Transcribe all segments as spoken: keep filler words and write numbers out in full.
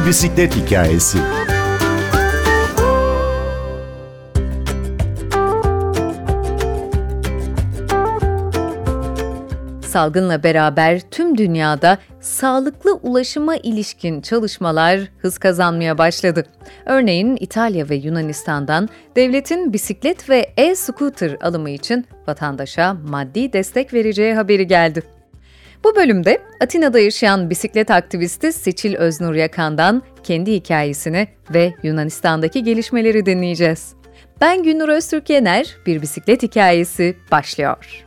bisiklet hikayesi. Salgınla beraber tüm dünyada sağlıklı ulaşıma ilişkin çalışmalar hız kazanmaya başladı. Örneğin İtalya ve Yunanistan'dan devletin bisiklet ve e-scooter alımı için vatandaşa maddi destek vereceği haberi geldi. Bu bölümde Atina'da yaşayan bisiklet aktivisti Seçil Öznur Yakan'dan kendi hikayesini ve Yunanistan'daki gelişmeleri dinleyeceğiz. Ben Günnur Öztürk Yener, Bir Bisiklet Hikayesi başlıyor.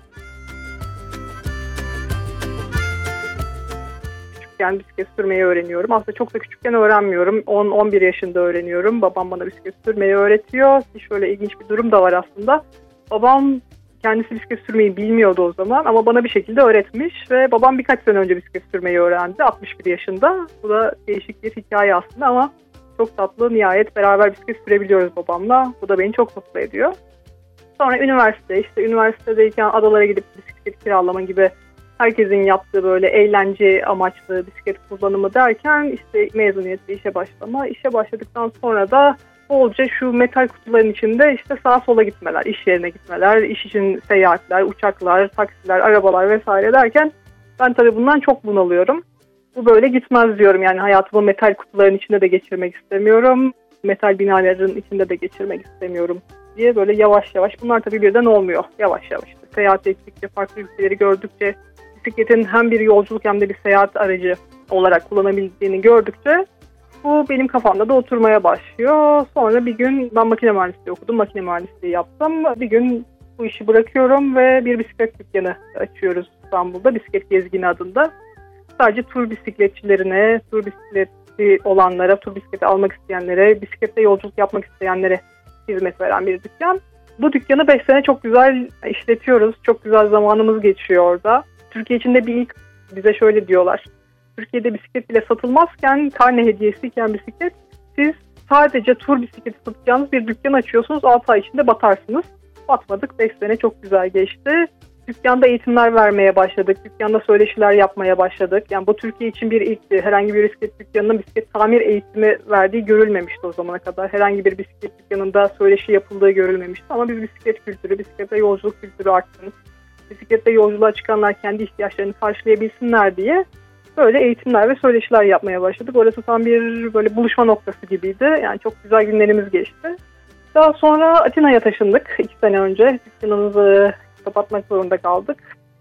Yani bisiklet sürmeyi öğreniyorum. Aslında çok da küçükken öğrenmiyorum. on on bir yaşında öğreniyorum. Babam bana bisiklet sürmeyi öğretiyor. Şöyle ilginç bir durum da var aslında. Babam kendisi bisiklet sürmeyi bilmiyordu o zaman ama bana bir şekilde öğretmiş ve babam birkaç sene önce bisiklet sürmeyi öğrendi. altmış bir yaşında. Bu da değişik bir hikaye aslında ama çok tatlı. Nihayet beraber bisiklet sürebiliyoruz babamla. Bu da beni çok mutlu ediyor. Sonra üniversite, işte üniversitedeyken adalara gidip bisiklet kiralama gibi herkesin yaptığı böyle eğlence amaçlı bisiklet kullanımı derken işte mezuniyetle işe başlama. İşe başladıktan sonra da bolca şu metal kutuların içinde işte sağa sola gitmeler, iş yerine gitmeler, iş için seyahatler, uçaklar, taksiler, arabalar vesaire derken ben tabii bundan çok bunalıyorum. Bu böyle gitmez diyorum, yani hayatımı metal kutuların içinde de geçirmek istemiyorum. Metal binaların içinde de geçirmek istemiyorum diye böyle yavaş yavaş, bunlar tabii birden olmuyor, yavaş yavaş. İşte seyahat ettikçe, farklı ülkeleri gördükçe, bisikletin hem bir yolculuk hem de bir seyahat aracı olarak kullanabildiğini gördükçe bu benim kafamda da oturmaya başlıyor. Sonra bir gün ben makine mühendisliği okudum, makine mühendisliği yaptım. Bir gün bu işi bırakıyorum ve bir bisiklet dükkanı açıyoruz İstanbul'da, Bisiklet Gezgini adında. Sadece tur bisikletçilerine, tur bisikleti olanlara, tur bisikleti almak isteyenlere, bisikletle yolculuk yapmak isteyenlere hizmet veren bir dükkan. Bu dükkanı beş sene çok güzel işletiyoruz. Çok güzel zamanımız geçiyor orada. Türkiye içinde bir ilk, bize şöyle diyorlar. Türkiye'de bisiklet bile satılmazken, karne hediyesiyken bisiklet, siz sadece tur bisikleti satacağınız bir dükkan açıyorsunuz, altı ay içinde batarsınız. Batmadık, beş sene çok güzel geçti. Dükkanda eğitimler vermeye başladık, dükkanda söyleşiler yapmaya başladık. Yani bu Türkiye için bir ilkti. Herhangi bir bisiklet dükkanının bisiklet tamir eğitimi verdiği görülmemişti o zamana kadar. Herhangi bir bisiklet dükkanında söyleşi yapıldığı görülmemişti. Ama biz bisiklet kültürü, bisiklete yolculuk kültürü arttınız. Bisikletle yolculuğa çıkanlar kendi ihtiyaçlarını karşılayabilsinler diye böyle eğitimler ve söyleşiler yapmaya başladık. Orası tam bir böyle buluşma noktası gibiydi. Yani çok güzel günlerimiz geçti. Daha sonra Atina'ya taşındık iki sene önce. Dükkanımızı kapatmak zorunda kaldık.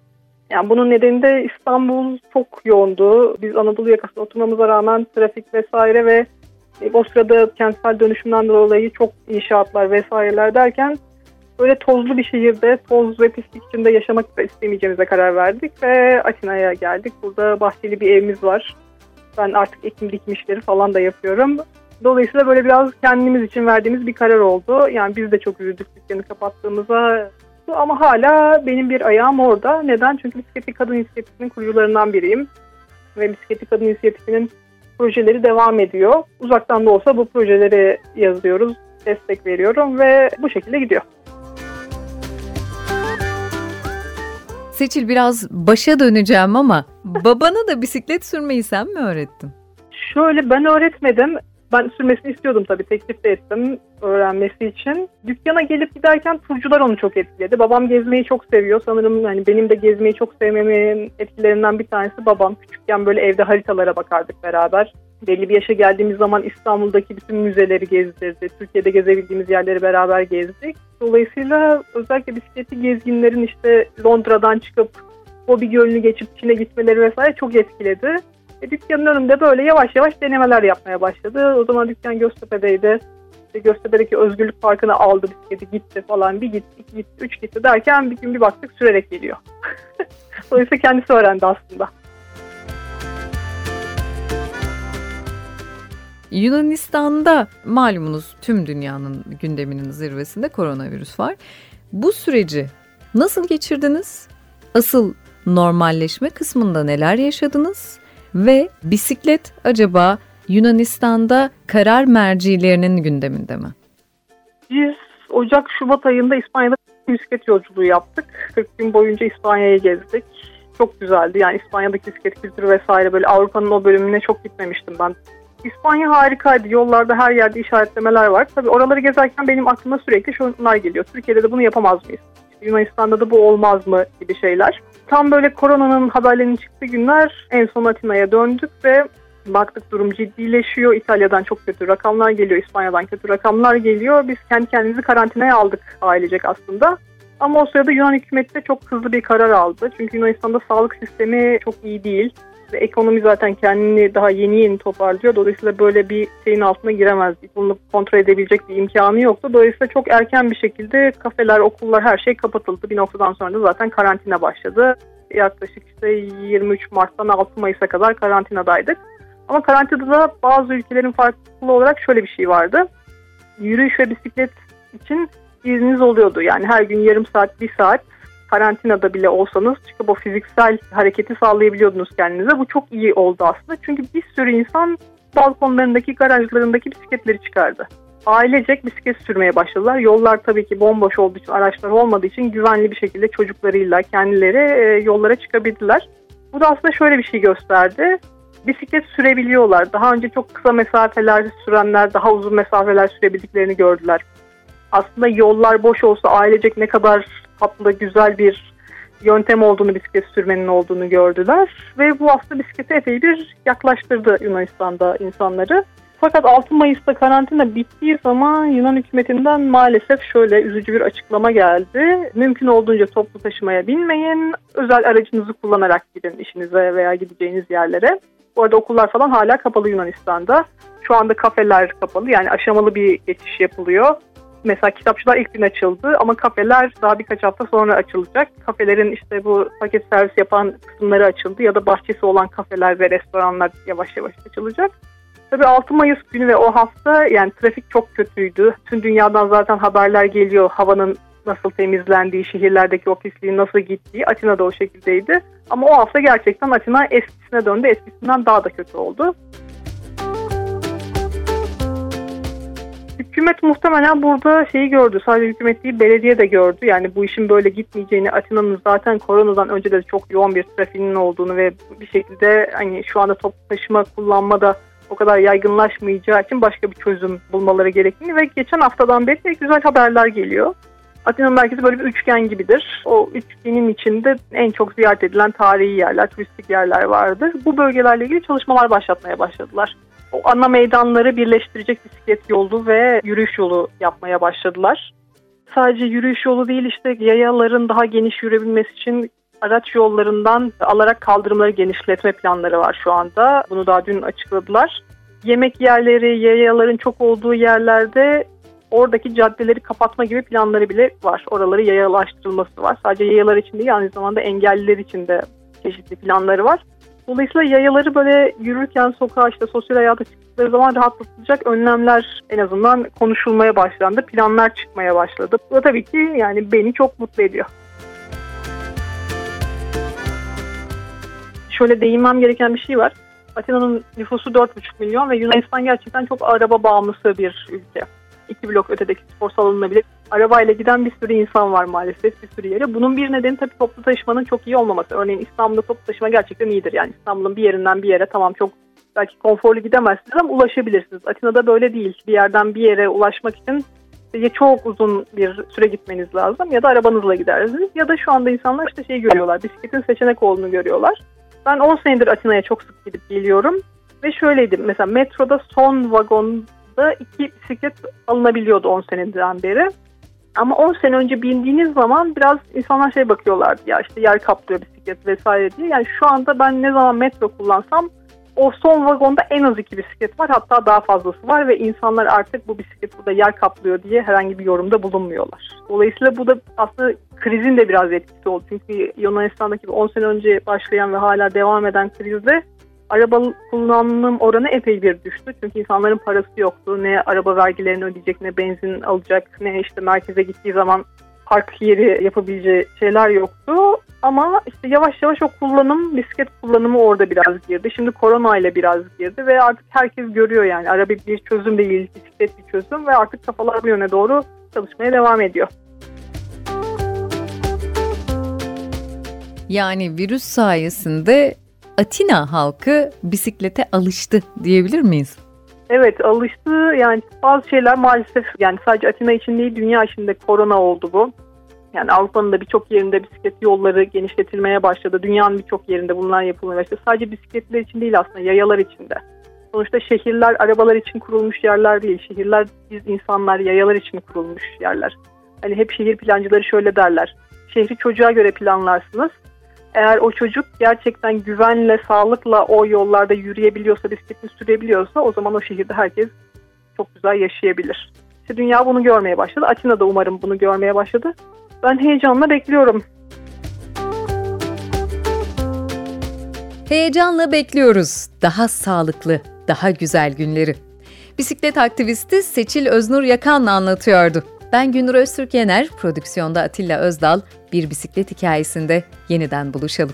Yani bunun nedeni de İstanbul çok yoğundu. Biz Anadolu yakasında oturmamıza rağmen trafik vesaire ve o sırada kentsel dönüşümden dolayı çok inşaatlar vesaireler derken böyle tozlu bir şehirde, toz ve pislik içinde yaşamak da istemeyeceğimize karar verdik ve Atina'ya geldik. Burada bahçeli bir evimiz var. Ben artık ekim dikim işleri falan da yapıyorum. Dolayısıyla böyle biraz kendimiz için verdiğimiz bir karar oldu. Yani biz de çok üzüldük dükkanı kapattığımıza. Ama hala benim bir ayağım orada. Neden? Çünkü Bisikletli Kadın İnisiyatifi'nin kurucularından biriyim. Ve Bisikletli Kadın İnisiyatifi'nin projeleri devam ediyor. Uzaktan da olsa bu projeleri yazıyoruz, destek veriyorum ve bu şekilde gidiyor. Seçil, biraz başa döneceğim ama babana da bisiklet sürmeyi sen mi öğrettin? Şöyle, ben öğretmedim. Ben sürmesini istiyordum tabii, teklif de ettim öğrenmesi için. Dükkana gelip giderken turcular onu çok etkiledi. Babam gezmeyi çok seviyor. Sanırım hani benim de gezmeyi çok sevmemin etkilerinden bir tanesi babam. Küçükken böyle evde haritalara bakardık beraber. Belli bir yaşa geldiğimiz zaman İstanbul'daki bütün müzeleri gezdirdi. Türkiye'de gezebildiğimiz yerleri beraber gezdik. Dolayısıyla özellikle bisikletli gezginlerin işte Londra'dan çıkıp Bobby Gölü'nü geçip Çin'e gitmeleri vesaire çok etkiledi. E, dükkanın önünde böyle yavaş yavaş denemeler yapmaya başladı. O zaman dükkan Göztepe'deydi. İşte Göztepe'deki Özgürlük Parkı'na aldı bisikleti, gitti falan. Bir gitti, iki gitti, üç gitti derken bir gün bir baktık sürerek geliyor. Dolayısıyla kendisi öğrendi aslında. Yunanistan'da malumunuz tüm dünyanın gündeminin zirvesinde koronavirüs var. Bu süreci nasıl geçirdiniz? Asıl normalleşme kısmında neler yaşadınız? Ve bisiklet acaba Yunanistan'da karar mercilerinin gündeminde mi? Biz Ocak-Şubat ayında İspanya'da bisiklet yolculuğu yaptık. kırk gün boyunca İspanya'yı gezdik. Çok güzeldi. Yani İspanya'daki bisiklet kültürü vesaire, böyle Avrupa'nın o bölümüne çok gitmemiştim ben. İspanya harikaydı. Yollarda her yerde işaretlemeler var. Tabii oraları gezerken benim aklıma sürekli şunlar geliyor. Türkiye'de de bunu yapamaz mıyız? İşte Yunanistan'da da bu olmaz mı gibi şeyler. Tam böyle koronanın haberlerinin çıktığı günler en son Atina'ya döndük ve baktık durum ciddileşiyor. İtalya'dan çok kötü rakamlar geliyor. İspanya'dan kötü rakamlar geliyor. Biz kendi kendimizi karantinaya aldık ailecek aslında. Ama o sırada Yunan hükümeti de çok hızlı bir karar aldı. Çünkü Yunanistan'da sağlık sistemi çok iyi değil. Ve ekonomi zaten kendini daha yeni yeni toparlıyor. Dolayısıyla böyle bir şeyin altına giremezdik. Bunu kontrol edebilecek bir imkanı yoktu. Dolayısıyla çok erken bir şekilde kafeler, okullar her şey kapatıldı. Bir noktadan sonra da zaten karantina başladı. Yaklaşık işte yirmi üç Mart'tan altı Mayıs'a kadar karantinadaydık. Ama karantinada bazı ülkelerin farklı olarak şöyle bir şey vardı. Yürüyüş ve bisiklet için izniniz oluyordu. Yani her gün yarım saat, bir saat karantinada bile olsanız çıkıp o fiziksel hareketi sağlayabiliyordunuz kendinize. Bu çok iyi oldu aslında. Çünkü bir sürü insan balkonlarındaki, garajlarındaki bisikletleri çıkardı. Ailecek bisiklet sürmeye başladılar. Yollar tabii ki bomboş olduğu için, araçlar olmadığı için güvenli bir şekilde çocuklarıyla kendileri yollara çıkabildiler. Bu da aslında şöyle bir şey gösterdi. Bisiklet sürebiliyorlar. Daha önce çok kısa mesafeler sürenler daha uzun mesafeler sürebildiklerini gördüler. Aslında yollar boş olsa ailecek ne kadar tatlı, güzel bir yöntem olduğunu, bisiklet sürmenin olduğunu gördüler. Ve bu aslında bisiklete epey bir yaklaştırdı Yunanistan'da insanları. Fakat altı Mayıs'ta karantina bittiği zaman Yunan hükümetinden maalesef şöyle üzücü bir açıklama geldi. Mümkün olduğunca toplu taşımaya binmeyin, özel aracınızı kullanarak gidin işinize veya gideceğiniz yerlere. Bu arada okullar falan hala kapalı Yunanistan'da. Şu anda kafeler kapalı, yani aşamalı bir geçiş yapılıyor. Mesela kitapçılar ilk gün açıldı ama kafeler daha birkaç hafta sonra açılacak. Kafelerin işte bu paket servis yapan kısımları açıldı ya da bahçesi olan kafeler ve restoranlar yavaş yavaş açılacak. Tabii altı Mayıs günü ve o hafta yani trafik çok kötüydü. Tüm dünyadan zaten haberler geliyor. Havanın nasıl temizlendiği, şehirlerdeki o pisliğin nasıl gittiği. Atina'da o şekildeydi. Ama o hafta gerçekten Atina eskisine döndü. Eskisinden daha da kötü oldu. Hükümet muhtemelen burada şeyi gördü. Sadece hükümet değil, belediye de gördü. Yani bu işin böyle gitmeyeceğini, Atina'nın zaten koronadan önce de çok yoğun bir trafiğinin olduğunu ve bir şekilde hani şu anda toplu taşıma kullanmada o kadar yaygınlaşmayacağı için başka bir çözüm bulmaları gerektiğini ve geçen haftadan beri de güzel haberler geliyor. Atina'nın merkezi böyle bir üçgen gibidir. O üçgenin içinde en çok ziyaret edilen tarihi yerler, turistik yerler vardır. Bu bölgelerle ilgili çalışmalar başlatmaya başladılar. O ana meydanları birleştirecek bisiklet yolu ve yürüyüş yolu yapmaya başladılar. Sadece yürüyüş yolu değil, işte yayaların daha geniş yürüyebilmesi için araç yollarından alarak kaldırımları genişletme planları var şu anda. Bunu daha dün açıkladılar. Yemek yerleri, yayaların çok olduğu yerlerde oradaki caddeleri kapatma gibi planları bile var. Oraları yayalaştırılması var. Sadece yayalar için değil, aynı zamanda engelliler için de çeşitli planları var. Dolayısıyla yayaları böyle yürürken sokağa, işte sosyal hayata çıktıkları zaman rahatlatacak önlemler en azından konuşulmaya başlandı. Planlar çıkmaya başladı. Bu da tabii ki yani beni çok mutlu ediyor. Şöyle değinmem gereken bir şey var. Atina'nın nüfusu dört buçuk milyon ve Yunanistan gerçekten çok araba bağımlısı bir ülke. İki blok ötedeki spor salonuna bile arabayla giden bir sürü insan var maalesef, bir sürü yere. Bunun bir nedeni tabii toplu taşımanın çok iyi olmaması. Örneğin İstanbul'da toplu taşıma gerçekten iyidir. Yani İstanbul'un bir yerinden bir yere tamam çok belki konforlu gidemezsiniz ama ulaşabilirsiniz. Atina'da böyle değil. Bir yerden bir yere ulaşmak için ya çok uzun bir süre gitmeniz lazım ya da arabanızla gidersiniz. Ya da şu anda insanlar işte şey görüyorlar, bisikletin seçenek olduğunu görüyorlar. Ben on senedir Atina'ya çok sık gidip geliyorum ve şöyleydi. Mesela metroda son vagonda iki bisiklet alınabiliyordu on seneden beri. Ama on sene önce bindiğiniz zaman biraz insanlar şey bakıyorlardı ya işte yer kaplıyor bisiklet vesaire diye. Yani şu anda ben ne zaman metro kullansam o son vagonda en az iki bisiklet var, hatta daha fazlası var ve insanlar artık bu bisiklet burada yer kaplıyor diye herhangi bir yorumda bulunmuyorlar. Dolayısıyla bu da aslında krizin de biraz etkisi oldu. Çünkü Yunanistan'daki on sene önce başlayan ve hala devam eden krizde araba kullanım oranı epey bir düştü. Çünkü insanların parası yoktu. Ne araba vergilerini ödeyecek, ne benzin alacak, ne işte merkeze gittiği zaman park yeri yapabileceği şeyler yoktu. Ama işte yavaş yavaş o kullanım, bisiklet kullanımı orada biraz girdi. Şimdi korona ile biraz girdi ve artık herkes görüyor yani. Araba bir çözüm değil, bisiklet bir çözüm ve artık kafalar bu yöne doğru çalışmaya devam ediyor. Yani virüs sayesinde Atina halkı bisiklete alıştı diyebilir miyiz? Evet, alıştı. Yani bazı şeyler maalesef, yani sadece Atina için değil, dünya içinde korona oldu bu. Yani Avrupa'nın da birçok yerinde bisiklet yolları genişletilmeye başladı. Dünyanın birçok yerinde bunlar yapılmaya başladı. Sadece bisikletler için değil, aslında yayalar için de. Sonuçta şehirler arabalar için kurulmuş yerler değil. Şehirler biz insanlar, yayalar için kurulmuş yerler. Hani hep şehir plancıları şöyle derler: şehri çocuğa göre planlarsınız. Eğer o çocuk gerçekten güvenle, sağlıkla o yollarda yürüyebiliyorsa, bisikletini sürebiliyorsa, o zaman o şehirde herkes çok güzel yaşayabilir. İşte dünya bunu görmeye başladı. Atina da umarım bunu görmeye başladı. Ben heyecanla bekliyorum. Heyecanla bekliyoruz daha sağlıklı, daha güzel günleri. Bisiklet aktivisti Seçil Öznur Yakan'la anlatıyordu. Ben Gündür Öztürk Yener, prodüksiyonda Atilla Özdal. Bir bisiklet hikayesinde yeniden buluşalım.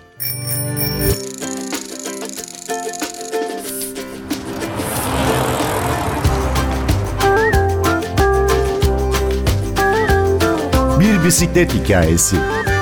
Bir bisiklet hikayesi.